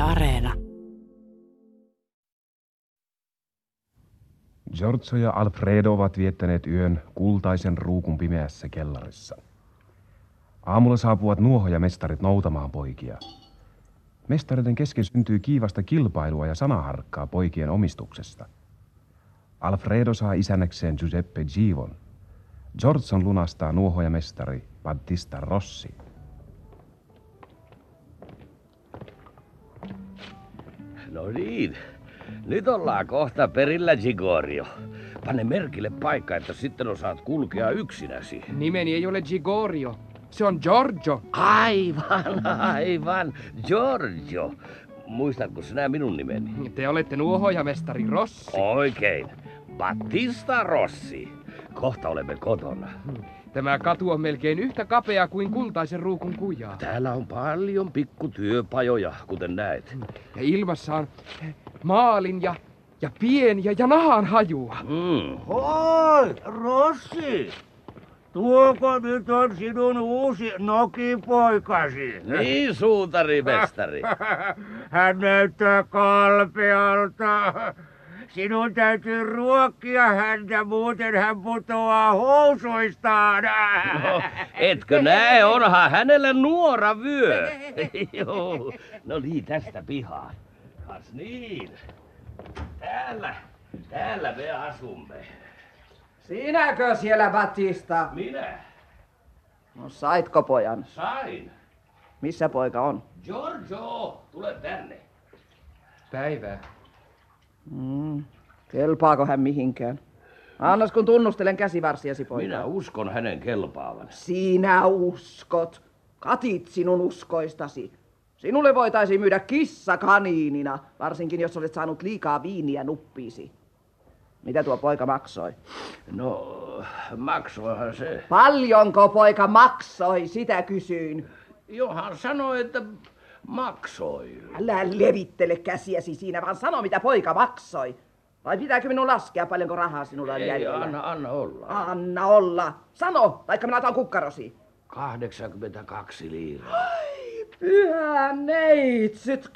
Areena. Giorgio ja Alfredo ovat viettäneet yön kultaisen ruukun pimeässä kellarissa. Aamulla saapuvat nuohojamestarit noutamaan poikia. Mestareiden kesken syntyy kiivasta kilpailua ja sanaharkkaa poikien omistuksesta. Alfredo saa isännäkseen Giuseppe Givon. Giorgion lunastaa nuohojamestari Battista Rossi. No niin, nyt ollaan kohta perillä, Gigorio. Pane merkille paikka, että sitten osaat kulkea yksinäsi. Nimeni ei ole Gigorio, se on Giorgio. Aivan, Giorgio. Muistatko sinä minun nimeni? Te olette nuohojamestari Rossi. Oikein, Battista Rossi. Kohta olemme kotona. Tämä katu on melkein yhtä kapea kuin kultaisen ruukun kuja. Täällä on paljon pikkutyöpajoja, kuten näet. Ja ilmassa on maalin ja pieniä ja nahan hajua. Hoi, Rossi! Tuoko nyt on sinun uusi nokipoikasi? Niin, suutarimestari. Hän näyttää kalpealta. Sinun täytyy ruokkia häntä, muuten hän putoaa housuistaan. No, etkö näe, onhan hänellä nuora vyö. Joo. No niin, tästä pihaan. Kas niin. Täällä me asumme. Sinäkö siellä, Battista? Minä? No saitko pojan? Sain. Missä poika on? Giorgio, tule tänne. Päivää. Kelpaako hän mihinkään? Annas kun tunnustelen käsivarsiasi, poika. Minä uskon hänen kelpaavan. Sinä uskot. Katit sinun uskoistasi. Sinulle voitaisiin myydä kissa kaniinina, varsinkin jos olet saanut liikaa viiniä nuppiisi. Mitä tuo poika maksoi? No, maksoihan se. Paljonko poika maksoi, sitä kysyin. Johan sanoi, että maksoi. Älä levittele käsiäsi siinä, vaan sano mitä poika maksoi. Vai pitääkö minun laskea paljonko rahaa sinulla on jäljellä? Anna olla. Anna olla. Sano, vaikka minä otan kukkarosi. 82 liiraa. Ai, pyhä neitsyt,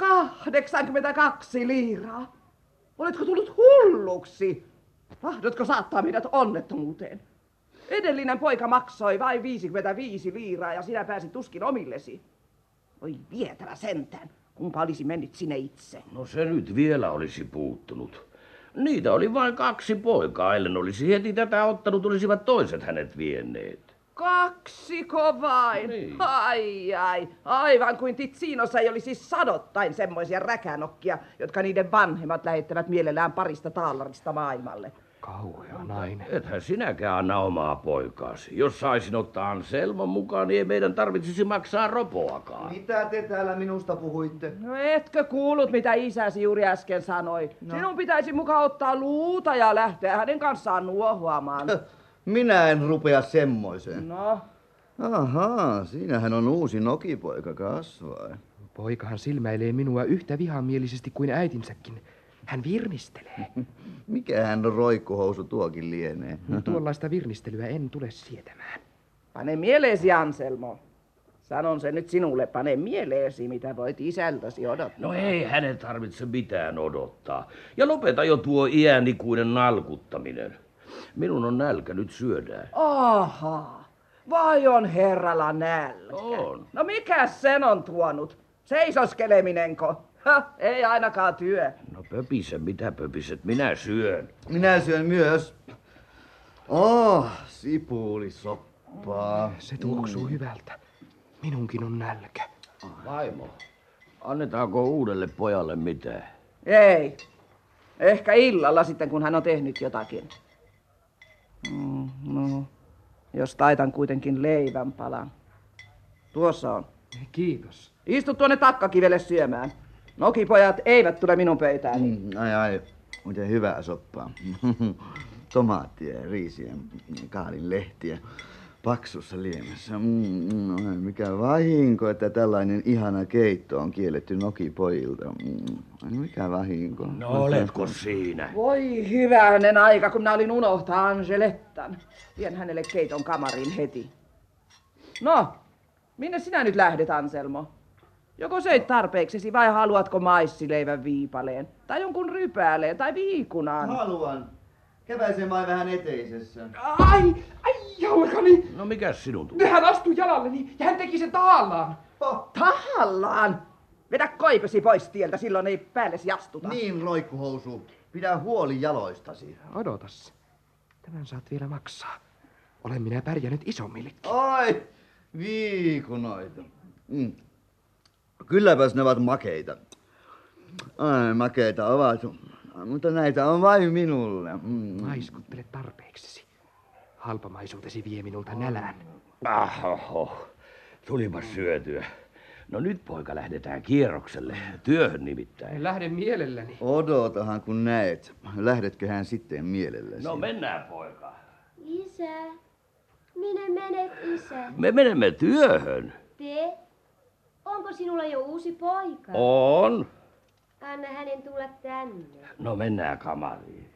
82 liiraa. Oletko tullut hulluksi? Tahdotko saattaa meidät onnettomuuteen? Edellinen poika maksoi vain 55 liiraa ja sinä pääsit tuskin omillesi. Oi vietävä sentään, kumpa olisi mennyt sinne itse. No se nyt vielä olisi puuttunut. Niitä oli vain 2 poikaa, ellen olisi heti tätä ottanut, olisivat toiset hänet vienneet. 2 vain? Niin. Aivan kuin Tiziinossa ei olisi sadottain semmoisia räkänokkia, jotka niiden vanhemmat lähettävät mielellään parista taalarista maailmalle. Kauhea nainen. Ethän sinäkään anna omaa poikaasi. Jos saisin ottaa Anselmon mukaan, niin ei meidän tarvitsisi maksaa ropoakaan. Mitä te täällä minusta puhuitte? No etkö kuullut, mitä isäsi juuri äsken sanoi? No. Sinun pitäisi mukaan ottaa luuta ja lähteä hänen kanssaan nuohoamaan. Minä en rupea semmoiseen. No? Ahaa, siinähän on uusi nokipoika kasvaa. Poikahan silmäilee minua yhtä vihamielisesti kuin äitinsäkin. Hän virnistelee. Mikähän roikkuhousu tuokin lienee? Tuollaista virnistelyä en tule sietämään. Pane mieleesi, Anselmo. Sanon se nyt sinulle, pane mieleesi, mitä voit isältäsi odottaa. No ei hänen tarvitse mitään odottaa. Ja lopeta jo tuo iänikuinen nalkuttaminen. Minun on nälkä, nyt syödään. Aha, vai on herralla nälkä? On. No mikä sen on tuonut? Seisoskeleminenko? Ei ainakaan työ. No pöpise, mitä pöpiset? Minä syön. Minä syön myös. Sipulisoppaa. Se tuoksuu hyvältä. Minunkin on nälkä. Vaimo, annetaanko uudelle pojalle mitään? Ei. Ehkä illalla sitten, kun hän on tehnyt jotakin. No, jos taitan kuitenkin leivän palan. Tuossa on. Kiitos. Istu tuonne takkakivelle syömään. Nokipojat eivät tule minun pöytääni. Ai, miten hyvää soppaa. Tomaattia ja riisiä, kaalin lehtiä, paksussa liemessä. Mikä vahinko, että tällainen ihana keitto on kielletty nokipojilta. Mikä vahinko. No oletko siinä? Voi hyvänen aika, kun minä olin unohtaa Angelettan. Vien hänelle keiton kamariin heti. No, minne sinä nyt lähdet, Anselmo? Joko söit tarpeeksesi vai haluatko maissileivän viipaleen? Tai jonkun rypäleen tai viikunan? Haluan. Käväisemään vähän eteisessä. Ai jalkani! No mikäs sinun tuli? Hän astui jalalleni ja hän teki sen tahallaan. Tahallaan! Vedä koipesi pois tieltä, silloin ei päällesi astuta. Niin, loikkuhousu. Pidä huoli jaloistasi. Odotas. Tämän saat vielä maksaa. Olen minä pärjännyt isommillekin. Ai, viikunoita. Kylläpäs ne ovat makeita. Ai, makeita ovat. Mutta näitä on vain minulle. Maiskuttele tarpeeksesi. Halpamaisuutesi vie minulta nälän. Oho, tulipas syötyä. No nyt poika lähdetään kierrokselle, työhön nimittäin. En lähde mielelläni. Odotahan kun näet. Lähdetköhän sitten mielellesi? No mennään poika. Isä, minne menet isä? Me menemme työhön. Te? Onko sinulla jo uusi poika? On. Anna hänen tulla tänne. No mennään kamariin.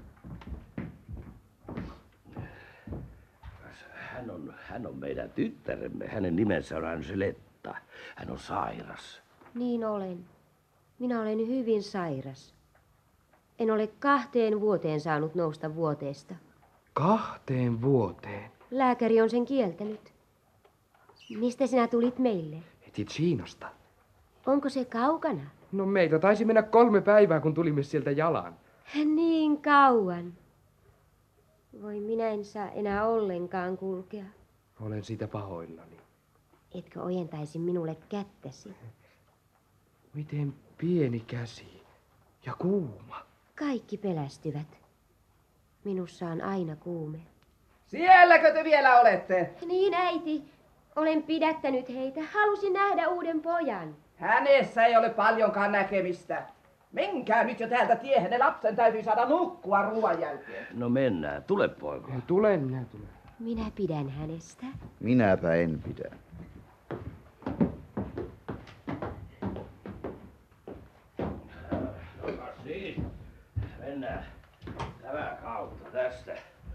Hän on meidän tyttäremme. Hänen nimensä on Angeletta. Hän on sairas. Niin olen. Minä olen hyvin sairas. En ole 2 vuoteen saanut nousta vuoteesta. 2 vuoteen? Lääkäri on sen kieltänyt. Mistä sinä tulit meille? Ticinosta. Onko se kaukana? No meitä taisi mennä 3 päivää, kun tulimme sieltä jalan. Niin kauan. Voi, minä en saa enää ollenkaan kulkea. Olen siitä pahoillani. Etkö ojentaisi minulle kättäsi? Miten pieni käsi ja kuuma. Kaikki pelästyvät. Minussa on aina kuume. Sielläkö te vielä olette? Niin, äiti. Olen pidättänyt heitä. Halusin nähdä uuden pojan. Hänessä ei ole paljonkaan näkemistä. Menkää nyt jo täältä tiehen, ne lapsen täytyy saada nukkua ruoan jälkeen. No mennään, tule poika. Tulen, minä tulen. Minä pidän hänestä. Minäpä en pidä. Siis, mennään tämän kautta tästä.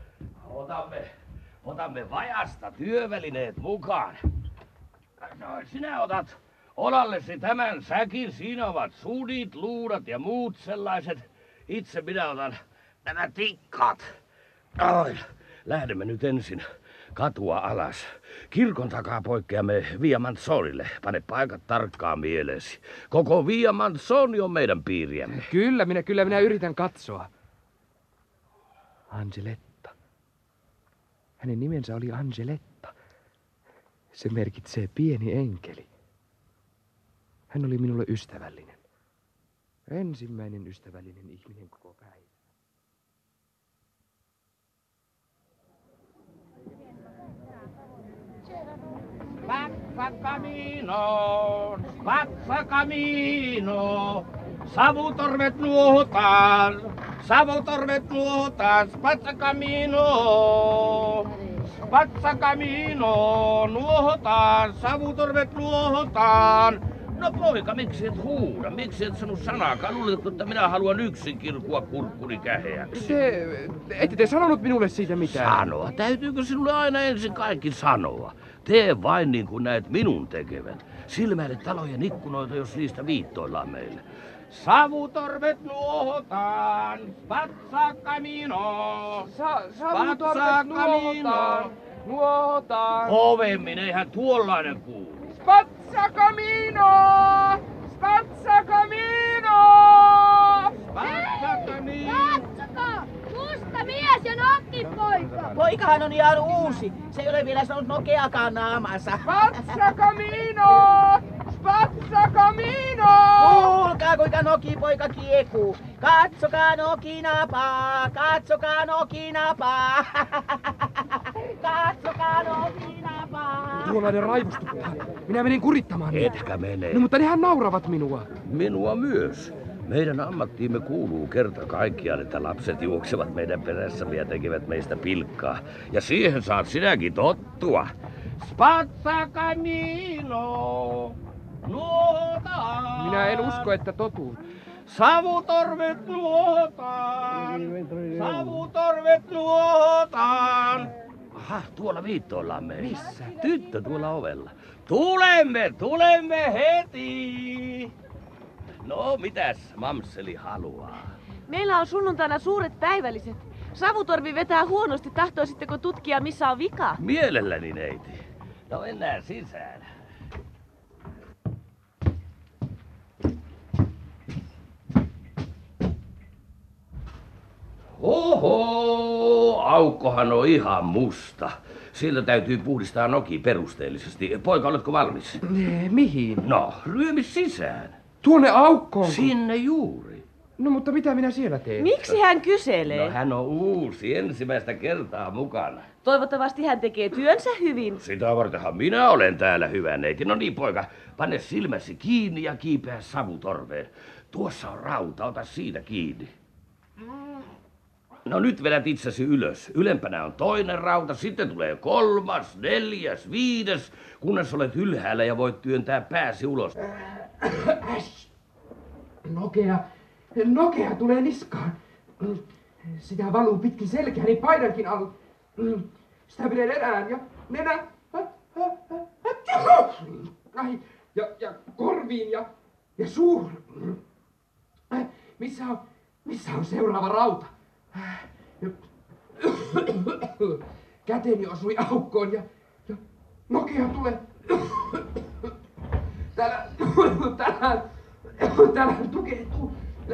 Otamme vajasta työvälineet mukaan. No, sinä otat olallesi tämän säkin. Siinä ovat sudit, luudat ja muut sellaiset. Itse minä otan nämä tikkat. Ai, lähdemme nyt ensin katua alas. Kirkon takaa poikkeamme Via Manzonille. Pane paikat tarkkaan mieleesi. Koko Via Manzoni on meidän piiriämme. Kyllä minä yritän katsoa. Angeletta. Hänen nimensä oli Angeletta. Se merkitsee pieni enkeli. Hän oli minulle ystävällinen. Ensimmäinen ystävällinen ihminen koko päivä. Spazza camino, savutorvet nuohotaan, spazza camino, nuohotaan, savutorvet nuohotaan. No poika, miksi et huuda? Miksi et sano sanaakaan? Luuletko, että minä haluan yksin kirkua kurkkuni käheäksi? Ette te sanonut minulle siitä mitään. Sanoa? Täytyykö sinulle aina ensin kaikki sanoa? Tee vain niin kuin näet minun tekevät. Silmäile talojen ikkunoita, jos niistä viittoillaan meille. Savutorvet nuohotaan, spazza camino. Savutorvet nuohotaan. Kovemmin, eihän tuollainen kuulu. Spazza camino! Spazza camino! Spazza camino! Katsokaa! Musta mies ja nokkipoika! Poikahan on ihan uusi. Se ei ole vielä saanut nokeakaan naamansa. Spazza camino! Spazza camino! Kuulkaa kuinka nokipoika kiekuu. Katsokaa nokinapaa, katsokaa nokinapaa. Katsokaa nokinapaa. Tuollainen raivostuttaa. Minä menin kurittamaan niitä. Etkä mene. No, mutta nehän nauravat minua. Minua myös. Meidän ammattiimme kuuluu kerta kaikkiaan, että lapset juoksevat meidän perässämme ja tekevät meistä pilkkaa. Ja siihen saat sinäkin tottua. Spazza camino, nuohotaan. Minä en usko, että totun. Savutorvet nuohotaan, savutorvet nuohotaan. Aha, tuolla viittoillaan me. Missä? Tyttö tuolla ovella. Tulemme heti. No, mitäs mamseli haluaa? Meillä on sunnuntaina suuret päivälliset. Savutorvi vetää huonosti. Tahtoisitteko tutkia, missä on vika? Mielelläni, neiti. No, mennään sisään. Oho, aukkohan on ihan musta. Sieltä täytyy puhdistaa noki perusteellisesti. Poika, oletko valmis? Mihin? No, ryömi sisään. Tuonne aukkoon. Sinne juuri. No mutta mitä minä siellä teen? Miksi hän kyselee? No, hän on uusi, ensimmäistä kertaa mukana. Toivottavasti hän tekee työnsä hyvin. Sitä vartenhan minä olen täällä, hyvä neiti. No niin, poika, pane silmäsi kiinni ja kiipeä savutorveen. Tuossa on rauta, ota siitä kiinni. No nyt vedät itsesi ylös. Ylempänä on toinen rauta, sitten tulee 3., 4., 5, kunnes olet ylhäällä ja voit työntää pääsi ulos. Nokea tulee niskaan. Sitä valuu pitkin selkääni paidankin alla. Sitä pidän nenään ja nenä. Ja korviin ja suuhun. Missä on seuraava rauta? Käteni osui aukkoon ja nokea tulee. Täällä tukehtuu.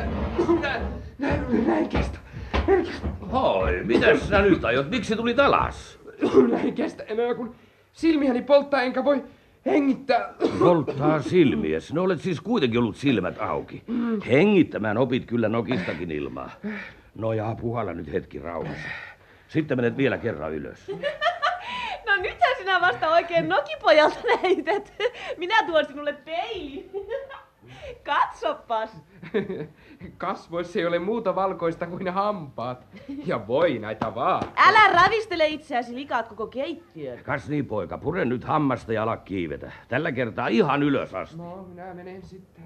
Näin kestä. Hoi, mitäs sä nyt aiot? Miksi tulit alas? Näin kestä enää, kun silmiäni polttaa enkä voi hengittää. Polttaa silmiäsi. No olet siis kuitenkin ollut silmät auki. Hengittämään opit kyllä nokistakin ilmaa. No ja puhalla nyt hetki rauhassa. Sitten menet vielä kerran ylös. No nythän sinä vasta oikein nokipojalta näytät. Minä tuon sinulle peilin. Katsopas. Kasvoissa ei ole muuta valkoista kuin hampaat. Ja voi näitä vaan. Älä ravistele itseäsi, likaat koko keittiön. Kas niin, poika, pure nyt hammasta ja ala kiivetä. Tällä kertaa ihan ylös asti. No, minä menen sitten.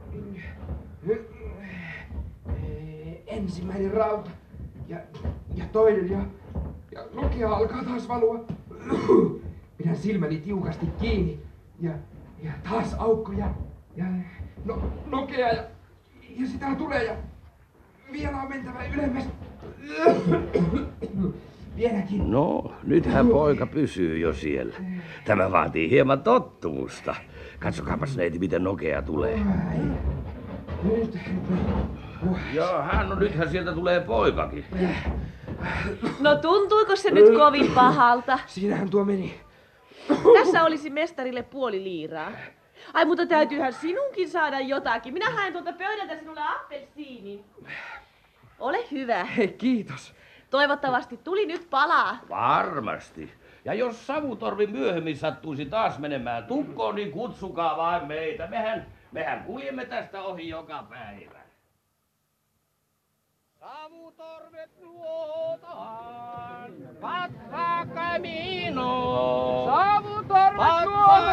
Ensimmäinen rauta. Ja toinen ja nokea alkaa taas valua. Pidän silmäni tiukasti kiinni. Ja taas aukko ja nokea ja sitä tulee ja vielä on mentävä ylemmäs. Vieläkin. No, nythän poika pysyy jo siellä. Tämä vaatii hieman tottumusta. Katsokaapas neiti, miten nokea tulee. Nyt. Jaha, no nythän sieltä tulee poikakin. No tuntuiko se nyt kovin pahalta? Siinähän tuo meni. Tässä olisi mestarille 0,5 liiraa. Ai, mutta täytyyhän sinunkin saada jotakin. Minä haen tuolta pöydältä sinulle appelsiinin. Ole hyvä. Kiitos. Toivottavasti tuli nyt palaa. Varmasti. Ja jos savutorvi myöhemmin sattuisi taas menemään tukkoon, niin kutsukaa vain meitä. Mehän kuljemme tästä ohi joka päivä. Savutorvet luotaan, pazza camino. Savutorvet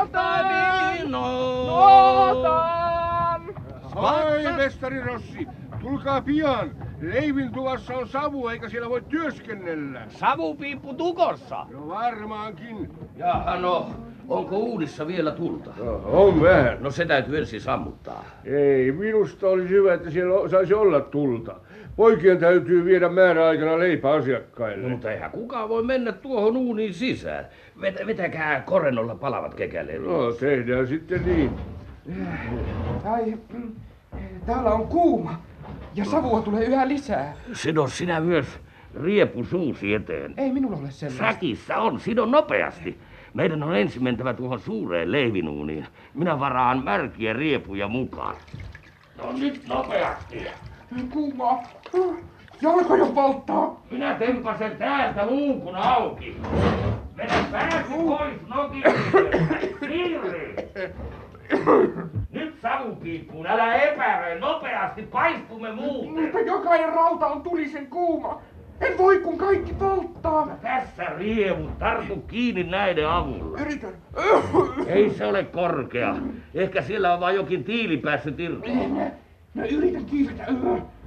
luotaan. Oi, mestari Rossi, tulkaa pian. Leivin tuvassa on savu, eikä siellä voi työskennellä. Savupiippu tukossa. No varmaankin. Jaha, no, onko uudissa vielä tulta? No, on vähän. No se täytyy ensin sammuttaa. Ei, minusta olisi hyvä, että siellä saisi olla tulta. Poikien täytyy viedä määräaikana leipä asiakkaille. No, mutta eihän kukaan voi mennä tuohon uuniin sisään. Vetäkää korennolla palavat kekäleet. No, tehdään sitten niin. Ai, täällä on kuuma. Ja savua tulee yhä lisää. Sido sinä myös riepu suusi eteen. Ei minulla ole sellaista. Säkissä on, sido nopeasti. Meidän on ensin mentävä tuohon suureen leivinuuniin. Minä varaan märkiä riepuja mukaan. No nyt nopeasti. Kuumaa. Jalkoja polttaa. Minä tempasen täältä luukun auki. Vedä pääsi pois Siirri. Nyt savupiippuun, älä epäröi, nopeasti paistumme muuten. Mutta jokainen rauta on tulisen kuuma. En voi kun kaikki polttaa. Tässä rievut, tartu kiinni näiden avulla. Yritän. Ei se ole korkea. Ehkä siellä on vain jokin tiili päässyt irti. Mä yritän kiivetä.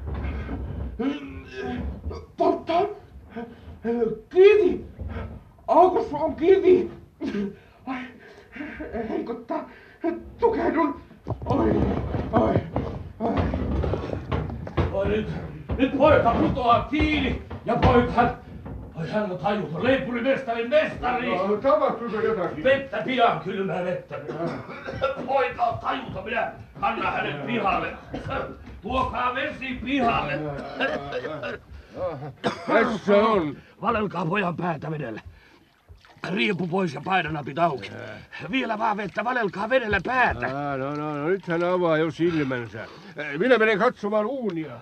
Polttaa. Kiinni. Aukussa on kivi. Ai, heikottaa. Tukehdun. Oi. Oi nyt poika putoaa kiinni ja poika... Oi hän on tajuton, leipurimestarin mestari! No, tapahtuiko jotakin? Vettä pian, kylmää vettä. Poika on tajuton, minä kannan hänet pihalle. Tuokaa vesi pihalle. Tässä on. Valelkaa pojan päätä vedellä. Riepu pois ja paidanapit auki. Vielä vaan vettä, valelkaa vedellä päätä. No, nyt hän avaa jo silmänsä. Minä menen katsomaan uunia.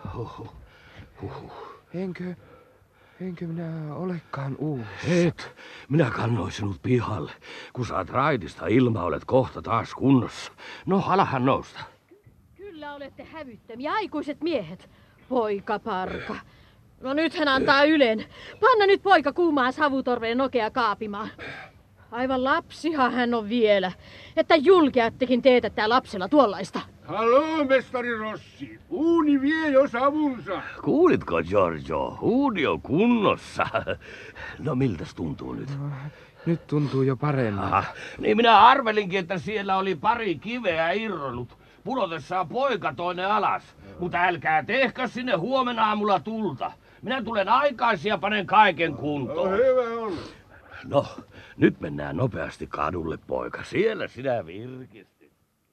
Enkö minä olekaan uusi? Et, minä kannoin sinut pihalle. Kun saat raitista ilma, olet kohta taas kunnossa. No, alahan nousta. Kyllä olette hävyttömiä aikuiset miehet. Poika parka. No nyt hän antaa ylen. Panna nyt poika kuumaan savutorveen nokea kaapimaan. Aivan lapsihan hän on vielä, että julkeattekin teetättää lapsella tuollaista. Haloo, mestari Rossi. Uuni vie jo savunsa. Kuulitko, Giorgio? Uuni on kunnossa. No, miltäs tuntuu nyt? No, nyt tuntuu jo paremmin. Niin minä arvelinkin, että siellä oli pari kiveä irronnut. Pudotessaan poika toinen alas. Mutta älkää tehkö sinne huomenna aamulla tulta. Minä tulen aikaisin ja panen kaiken kuntoon. No, hyvä on. No, nyt mennään nopeasti kadulle, poika. Siellä sinä virkistyt.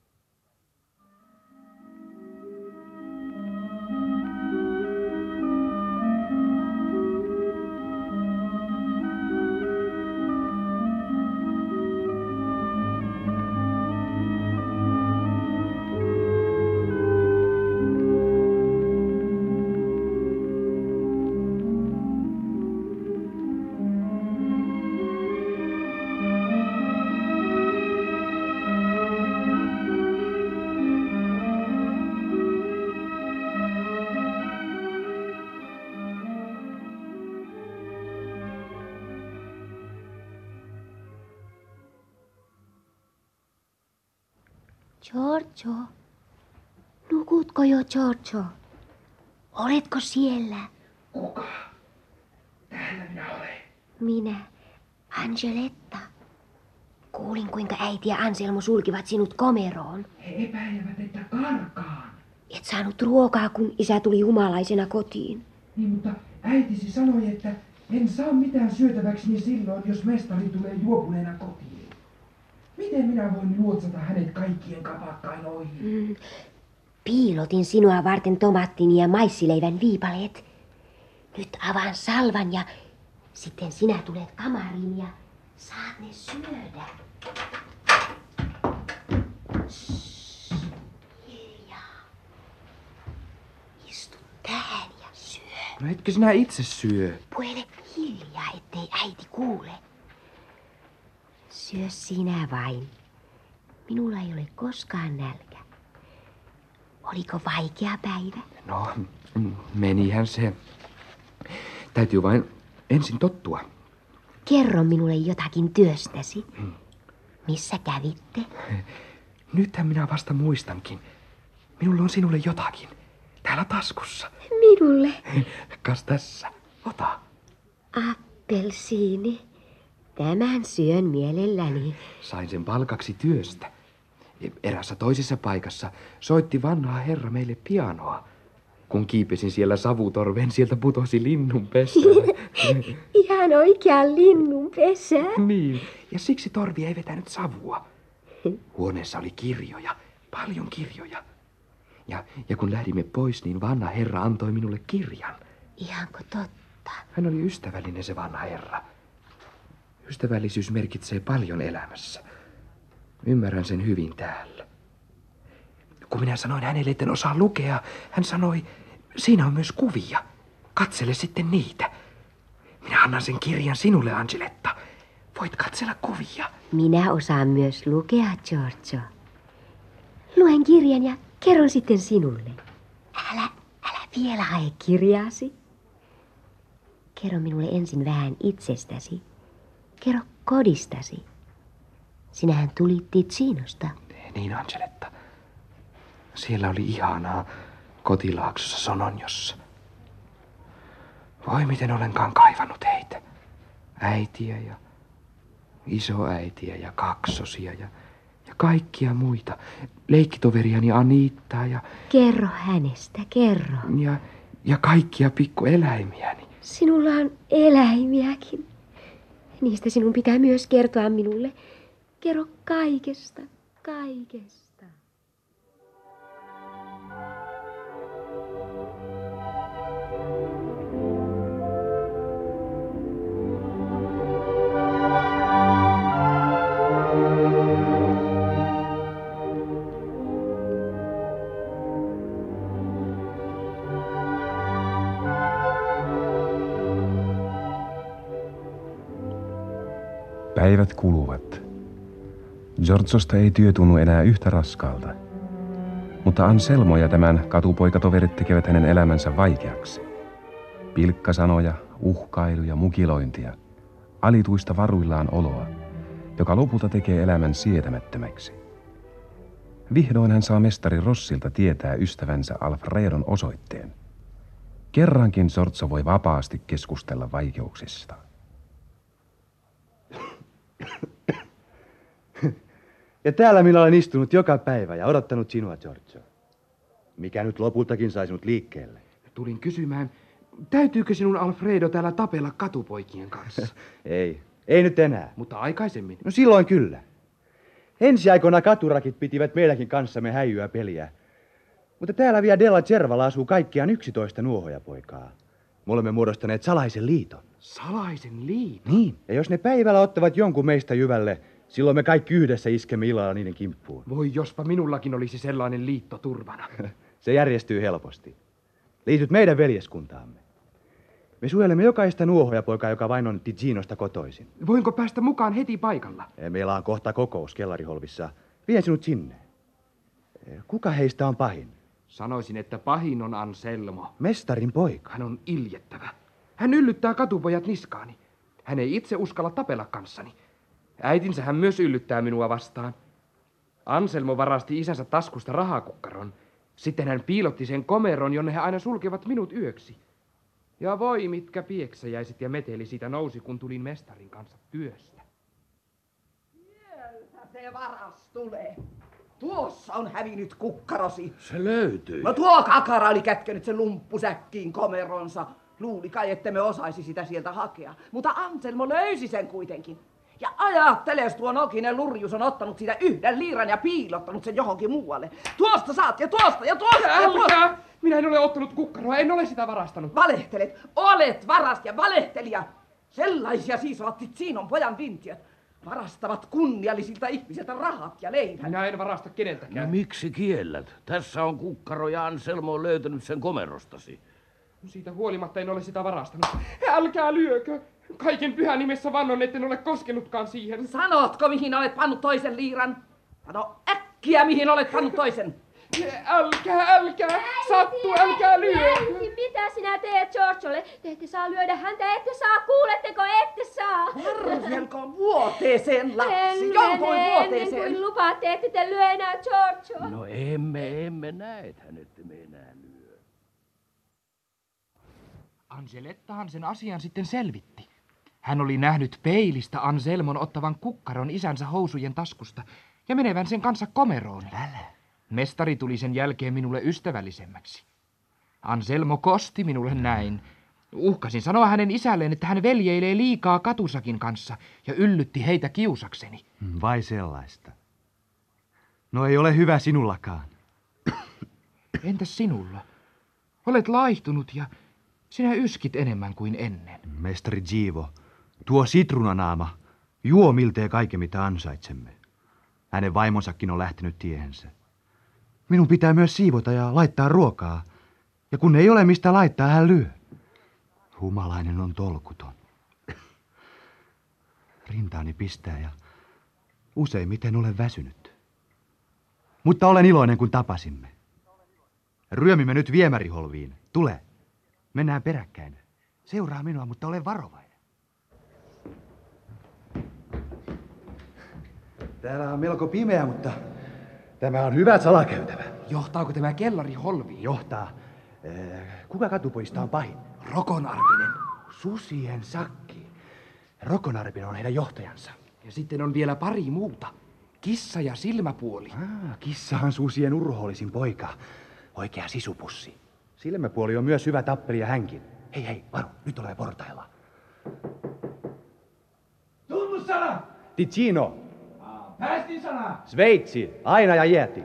Giorgio, nukutko jo, Giorgio? Oletko siellä? Kuka? Täällä minä olen. Minä, Angeletta. Kuulin, kuinka äiti ja Anselmo sulkivat sinut komeroon. He epäilevät, että karkaan. Et saanut ruokaa, kun isä tuli humalaisena kotiin. Niin, mutta äitisi sanoi, että en saa mitään syötäväkseni silloin, jos mestari tulee juopuneena kotiin. Miten minä voin luotsata hänet kaikkien kapakkainoihin? Piilotin sinua varten tomaattini ja maissileivän viipaleet. Nyt avaan salvan ja sitten sinä tulet kamariin ja saat ne syödä. Shhh, hiljaa. Istu tähän ja syö. No etkö sinä itse syö? Puele hiljaa, ettei äiti kuule. Syö sinä vain. Minulla ei ole koskaan nälkä. Oliko vaikea päivä? No, menihän se. Täytyy vain ensin tottua. Kerro minulle jotakin työstäsi. Missä kävitte? Nythän minä vasta muistankin. Minulla on sinulle jotakin. Täällä taskussa. Minulle? Kas tässä. Ota. Appelsiini. Tämän syön mielelläni. Sain sen palkaksi työstä. Erässä toisessa paikassa soitti vanha herra meille pianoa. Kun kiipesin siellä savutorveen, sieltä putosi linnun pesä. Ihan oikea linnun pesä. Niin, ja siksi torvi ei vetänyt savua. Huoneessa oli kirjoja, paljon kirjoja. Ja kun lähdimme pois, niin vanha herra antoi minulle kirjan. Ihanko totta? Hän oli ystävällinen, se vanha herra. Ystävällisyys merkitsee paljon elämässä. Ymmärrän sen hyvin täällä. Kun minä sanoin hänelle, etten osaa lukea, hän sanoi, siinä on myös kuvia. Katsele sitten niitä. Minä annan sen kirjan sinulle, Angeletta. Voit katsella kuvia. Minä osaan myös lukea, Giorgio. Luen kirjan ja kerron sitten sinulle. Älä vielä hae kirjaasi. Kerro minulle ensin vähän itsestäsi. Kerro kodistasi. Sinähän tulit Ticinosta. Niin, Angeletta. Siellä oli ihanaa kotilaaksossa Sononjossa. Voi miten olenkaan kaivannut heitä. Äitiä ja isoäitiä ja kaksosia ja kaikkia muita. Leikkitoveriani Aniittaa ja... Kerro hänestä, kerro. Ja kaikkia pikkueläimiäni. Sinulla on eläimiäkin. Niistä sinun pitää myös kertoa minulle. Kerro kaikesta, kaikesta. Päivät kuluvat. Giorgiosta ei työ tunnu enää yhtä raskaalta. Mutta Anselmo ja tämän katupoikatoverit tekevät hänen elämänsä vaikeaksi. Pilkkasanoja, uhkailuja, mukilointia, alituista varuillaan oloa, joka lopulta tekee elämän sietämättömäksi. Vihdoin hän saa mestari Rossilta tietää ystävänsä Alfredon osoitteen. Kerrankin Giorgio voi vapaasti keskustella vaikeuksista. Ja täällä minä olen istunut joka päivä ja odottanut sinua, Giorgio. Mikä nyt lopultakin sai sinut liikkeelle? Tulin kysymään, täytyykö sinun Alfredo täällä tapella katupoikien kanssa? Ei nyt enää. Mutta aikaisemmin? No silloin kyllä. Ensi aikoina katurakit pitivät meilläkin kanssamme häijyä peliä. Mutta täällä vielä Della Cervalla asuu kaikkiaan 11 nuohojapoikaa. Me olemme muodostaneet salaisen liiton. Salaisen liiton? Niin. Ja jos ne päivällä ottavat jonkun meistä jyvälle, silloin me kaikki yhdessä iskemme illalla niiden kimppuun. Voi jospa minullakin olisi sellainen liitto turvana. Se järjestyy helposti. Liityt meidän veljeskuntaamme. Me suojelemme jokaista nuohojapoikaa, joka vain on Ticinosta kotoisin. Voinko päästä mukaan heti paikalla? Meillä on kohta kokous kellariholvissa. Vien sinut sinne. Kuka heistä on pahin? Sanoisin, että pahin on Anselmo. Mestarin poika. Hän on iljettävä. Hän yllyttää katupojat niskaani. Hän ei itse uskalla tapella kanssani. Äitinsä hän myös yllyttää minua vastaan. Anselmo varasti isänsä taskusta rahakukkaron. Sitten hän piilotti sen komeron, jonne he aina sulkevat minut yöksi. Ja voi mitkä pieksäjäiset ja meteli siitä nousi, kun tulin mestarin kanssa työstä. Sieltä se varas tulee. Tuossa on hävinnyt kukkarosi. Se löytyi. No tuo kakara oli kätkenyt sen lumppusäkkiin komeronsa. Luuli kai, ettemme osaisi sitä sieltä hakea. Mutta Anselmo löysi sen kuitenkin. Ja ajattele, jos tuo nokinen lurjus on ottanut siitä 1 liiran ja piilottanut sen johonkin muualle. Tuosta saat ja tuosta ja tuosta ja tuosta. Minä en ole ottanut kukkaroa, en ole sitä varastanut. Valehtelet, olet varast ja valehtelija. Sellaisia siis ovat Ticinon pojan vintiöt. Varastavat kunniallisilta ihmisiltä rahat ja leivän. Minä en varasta keneltäkään. No miksi kiellät? Tässä on kukkaro ja Anselmo on löytänyt sen komerostasi. Siitä huolimatta en ole sitä varastanut. Älkää lyökö. Kaiken pyhän nimessä vannon, etten ole koskenutkaan siihen. Sanotko, mihin olet pannut toisen liiran? Sano äkkiä, mihin olet pannut toisen. Älkää! Sattu, älkää lyö! Äiti, mitä sinä teet Giorgiolle? Te ette saa lyödä häntä, ette saa, kuuletteko, ette saa! Varjelko vuoteeseen, lapsi, joutuin vuoteeseen! Ennen kuin lupaatte, ette te lyö enää Giorgio. No emme näethän, ette me enää lyö. Angelettahan sen asian sitten selvitti. Hän oli nähnyt peilistä Anselmon ottavan kukkaron isänsä housujen taskusta ja menevän sen kanssa komeroon. Mestari tuli sen jälkeen minulle ystävällisemmäksi. Anselmo kosti minulle näin. Uhkasin sanoa hänen isälleen, että hän veljeilee liikaa katusakin kanssa ja yllytti heitä kiusakseni. Vai sellaista? No ei ole hyvä sinullakaan. Entäs sinulla? Olet laihtunut ja sinä yskit enemmän kuin ennen. Mestari Givo, tuo sitrunanaama juo miltei kaiken mitä ansaitsemme. Hänen vaimonsakin on lähtenyt tiehensä. Minun pitää myös siivota ja laittaa ruokaa. Ja kun ei ole mistä laittaa, hän lyö. Humalainen on tolkuton. Rintaani pistää ja useimmiten olen väsynyt. Mutta olen iloinen, kun tapasimme. Ryömimme nyt viemäriholviin. Tule. Mennään peräkkäin. Seuraa minua, mutta ole varovainen. Täällä on melko pimeä, mutta tämä on hyvä salakäytävä. Johtaako tämä kellari holviin? Johtaa. Kuka katupojista on pahin? Rokonarpinen. Susien sakki. Rokonarpinen on heidän johtajansa. Ja sitten on vielä pari muuta. Kissa ja silmäpuoli. Kissahan susien urhoollisin poika. Oikea sisupussi. Silmäpuoli on myös hyvä tappeli ja hänkin. Hei, varo, nyt olemme portailla. Tunnussana! Ticino! Päästinsana! Sveitsi, aina ja iäti.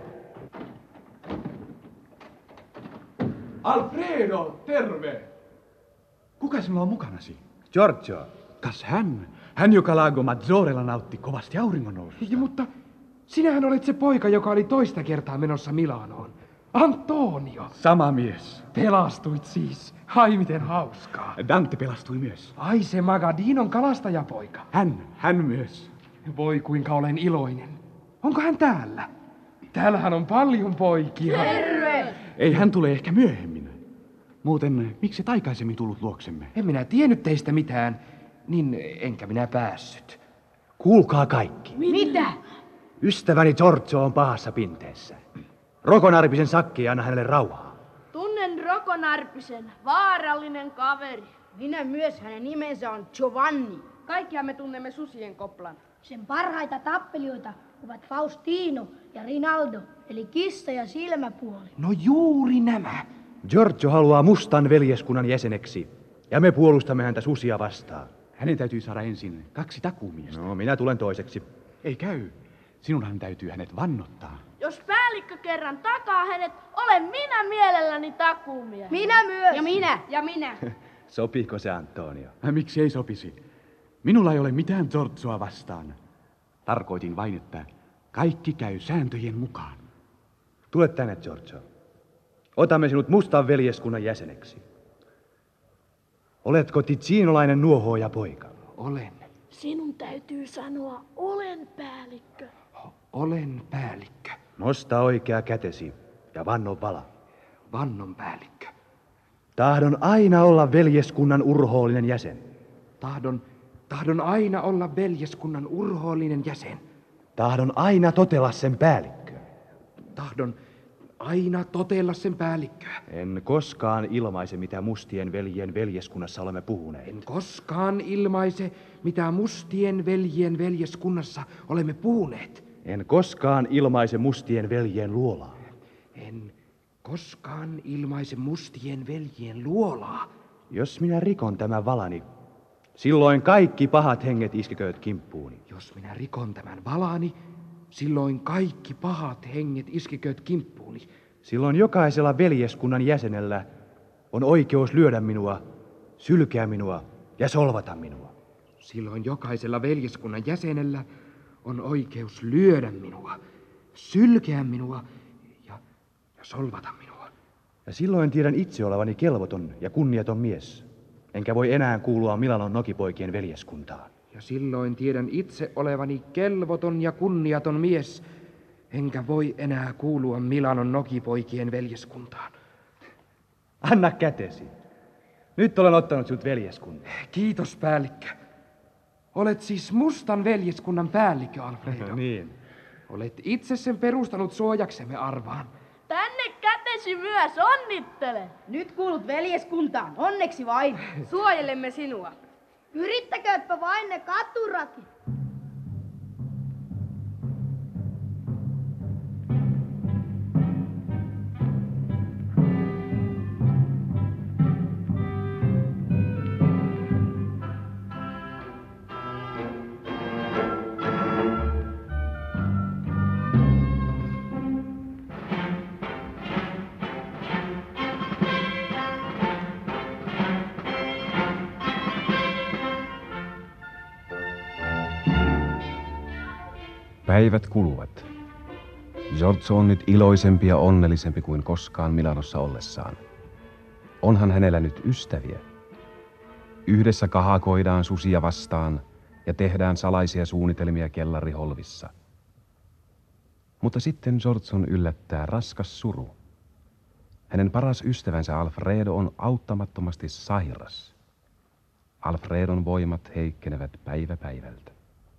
Alfredo, terve! Kuka sinulla on mukanasi? Giorgio. Kas hän joka Lago Maggiorella nautti kovasti auringonnoususta. Mutta sinähän olet se poika, joka oli toista kertaa menossa Milanoon. Antonio. Sama mies. Pelastuit siis. Ai miten hauskaa. Dante pelastui myös. Ai se Magadinon kalastajapoika. Hän myös. Voi kuinka olen iloinen. Onko hän täällä? Täällähän on paljon poikia. Terve! Ei hän tule ehkä myöhemmin. Muuten, miksi et aikaisemmin tullut luoksemme? En minä tiennyt teistä mitään, niin enkä minä päässyt. Kuulkaa kaikki. Mitä? Ystäväni Giorgio on pahassa pinteessä. Rokonarpisen sakki ei anna hänelle rauhaa. Tunnen Rokonarpisen, vaarallinen kaveri. Minä myös, hänen nimensä on Giovanni. Kaikkihan me tunnemme susien koplan. Sen parhaita tappelijoita ovat Faustino ja Rinaldo, eli kissa ja silmäpuoli. No juuri nämä. Giorgio haluaa mustan veljeskunnan jäseneksi, ja me puolustamme häntä susia vastaan. Hänen täytyy saada ensin 2 takuumiestä. No, minä tulen toiseksi. Ei käy. Sinunhan täytyy hänet vannottaa. Jos päällikkö kerran takaa hänet, olen minä mielelläni takuumies. Minä myös. Ja minä. Ja minä. Sopiiko se, Antonio? Miksi ei sopisi? Minulla ei ole mitään Giorgioa vastaan. Tarkoitin vain, että kaikki käy sääntöjen mukaan. Tule tänne, Giorgio. Otamme sinut mustan veljeskunnan jäseneksi. Oletko ticinolainen nuohooja poika? Olen. Sinun täytyy sanoa, olen päällikkö. Olen päällikkö. Nosta oikea kätesi ja vannon vala. Vannon päällikkö. Tahdon aina olla veljeskunnan urhoollinen jäsen. Tahdon aina olla veljeskunnan urhoollinen jäsen. Tahdon aina totella sen päällikköä. Tahdon aina totella sen päällikköä. En koskaan ilmaise, mitä mustien veljien veljeskunnassa olemme puhuneet. En koskaan ilmaise, mitä mustien veljien veljeskunnassa olemme puhuneet. En koskaan ilmaise mustien veljien luolaa. En koskaan ilmaise mustien veljien luolaa. Jos minä rikon tämän valani, silloin kaikki pahat henget iskekööt kimppuuni. Jos minä rikon tämän valani, silloin kaikki pahat henget iskekööt kimppuuni. Silloin jokaisella veljeskunnan jäsenellä on oikeus lyödä minua, sylkeä minua ja solvata minua. Silloin jokaisella veljeskunnan jäsenellä on oikeus lyödä minua, sylkeä minua ja solvata minua. Ja silloin tiedän itse olevani kelvoton ja kunniaton mies, enkä voi enää kuulua Milanon nokipoikien veljeskuntaan. Ja silloin tiedän itse olevani kelvoton ja kunniaton mies, enkä voi enää kuulua Milanon nokipoikien veljeskuntaan. Anna kätesi. Nyt olen ottanut sinut veljeskuntaan. Kiitos, päällikkö. Olet siis mustan veljeskunnan päällikkö, Alfredo. Niin. Olet itse sen perustanut suojaksemme, arvaan. Tänne kätesi myös, onnittele. Nyt kuulut veljeskuntaan, onneksi vain. Suojelemme sinua. Yrittäköötpä vain ne katurakit. Päivät kuluvat. Giorgio on nyt iloisempi ja onnellisempi kuin koskaan Milanossa ollessaan. Onhan hänellä nyt ystäviä. Yhdessä kahakoidaan susia vastaan ja tehdään salaisia suunnitelmia kellariholvissa. Mutta sitten Giorgion yllättää raskas suru. Hänen paras ystävänsä Alfredo on auttamattomasti sairas. Alfredon voimat heikkenevät päivä päivältä.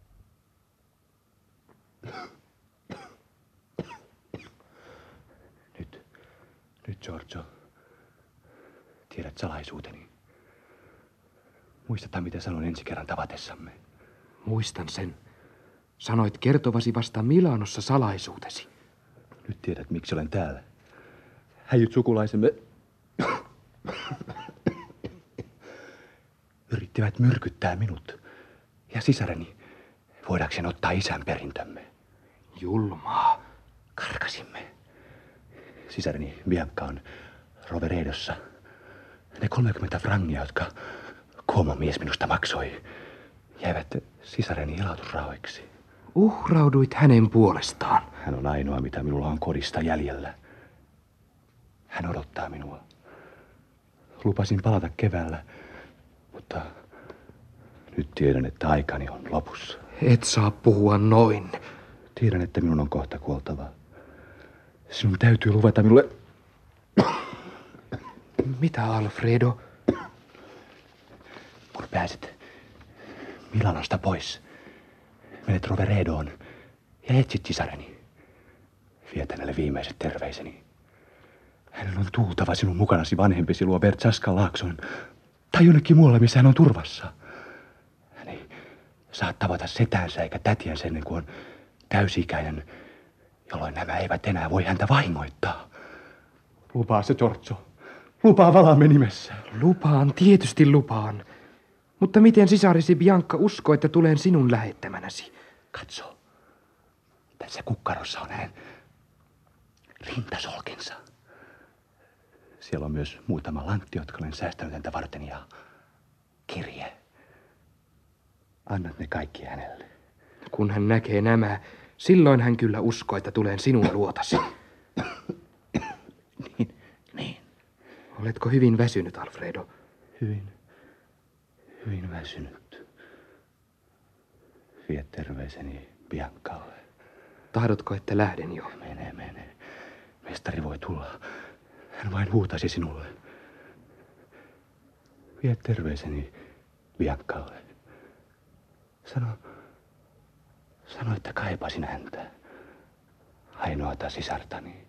Nyt, Giorgio. Tiedät salaisuuteni. Muistathan, mitä sanoin ensi kerran tavatessamme. Muistan sen. Sanoit kertovasi vasta Milanossa salaisuutesi. Nyt tiedät, miksi olen täällä. Häijyt sukulaisemme yrittivät myrkyttää minut ja sisareni, voidakseen ottaa isän perintömme. Julmaa. Karkasimme. Sisareni Bianca on Roveredossa. Ne 30 frangia, jotka Cuomo mies minusta maksoi, jäivät sisareni ilautusrahoiksi. Uhrauduit hänen puolestaan. Hän on ainoa, mitä minulla on kodista jäljellä. Hän odottaa minua. Lupasin palata keväällä, mutta nyt tiedän, että aikani on lopussa. Et saa puhua noin. Tiedän, että minun on kohta kuoltava. Sinun täytyy luvata minulle... Mitä, Alfredo? Kun pääset Milanosta pois, menet Roveredoon ja etsit sisareni. Viet hänelle viimeiset terveiseni. Hänen on tultava sinun mukanasi vanhempisi luo Bertsaskan laaksoon tai jonnekin muualle, missä hän on turvassa. Hän ei saa tavata setänsä eikä tätiänsä ennen kuin on täysi-ikäinen, jolloin nämä eivät enää voi häntä vahingoittaa. Lupaa se, Giorgio. Lupaa valamme nimessä. Lupaan, tietysti lupaan. Mutta miten sisarisi Bianca uskoo, että tulen sinun lähettämänäsi? Katso. Tässä kukkarossa on hänen rintasolkensa. Siellä on myös muutama lantti, jotka olen säästänyt häntä varten, ja kirje. Annat ne kaikki hänelle. Kun hän näkee nämä, silloin hän kyllä uskoo, että tulen sinun luotasi. Niin. Oletko hyvin väsynyt, Alfredo? Hyvin väsynyt. Vie terveiseni Biancalle. Tahdotko, että lähden jo? Mene. Mestari voi tulla. Hän vain huutasi sinulle. Vie terveiseni Biancalle. Sano, että kaipasin häntä. Ainoata sisartani.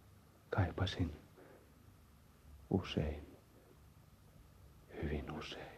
Kaipasin usein. Hyvin usein.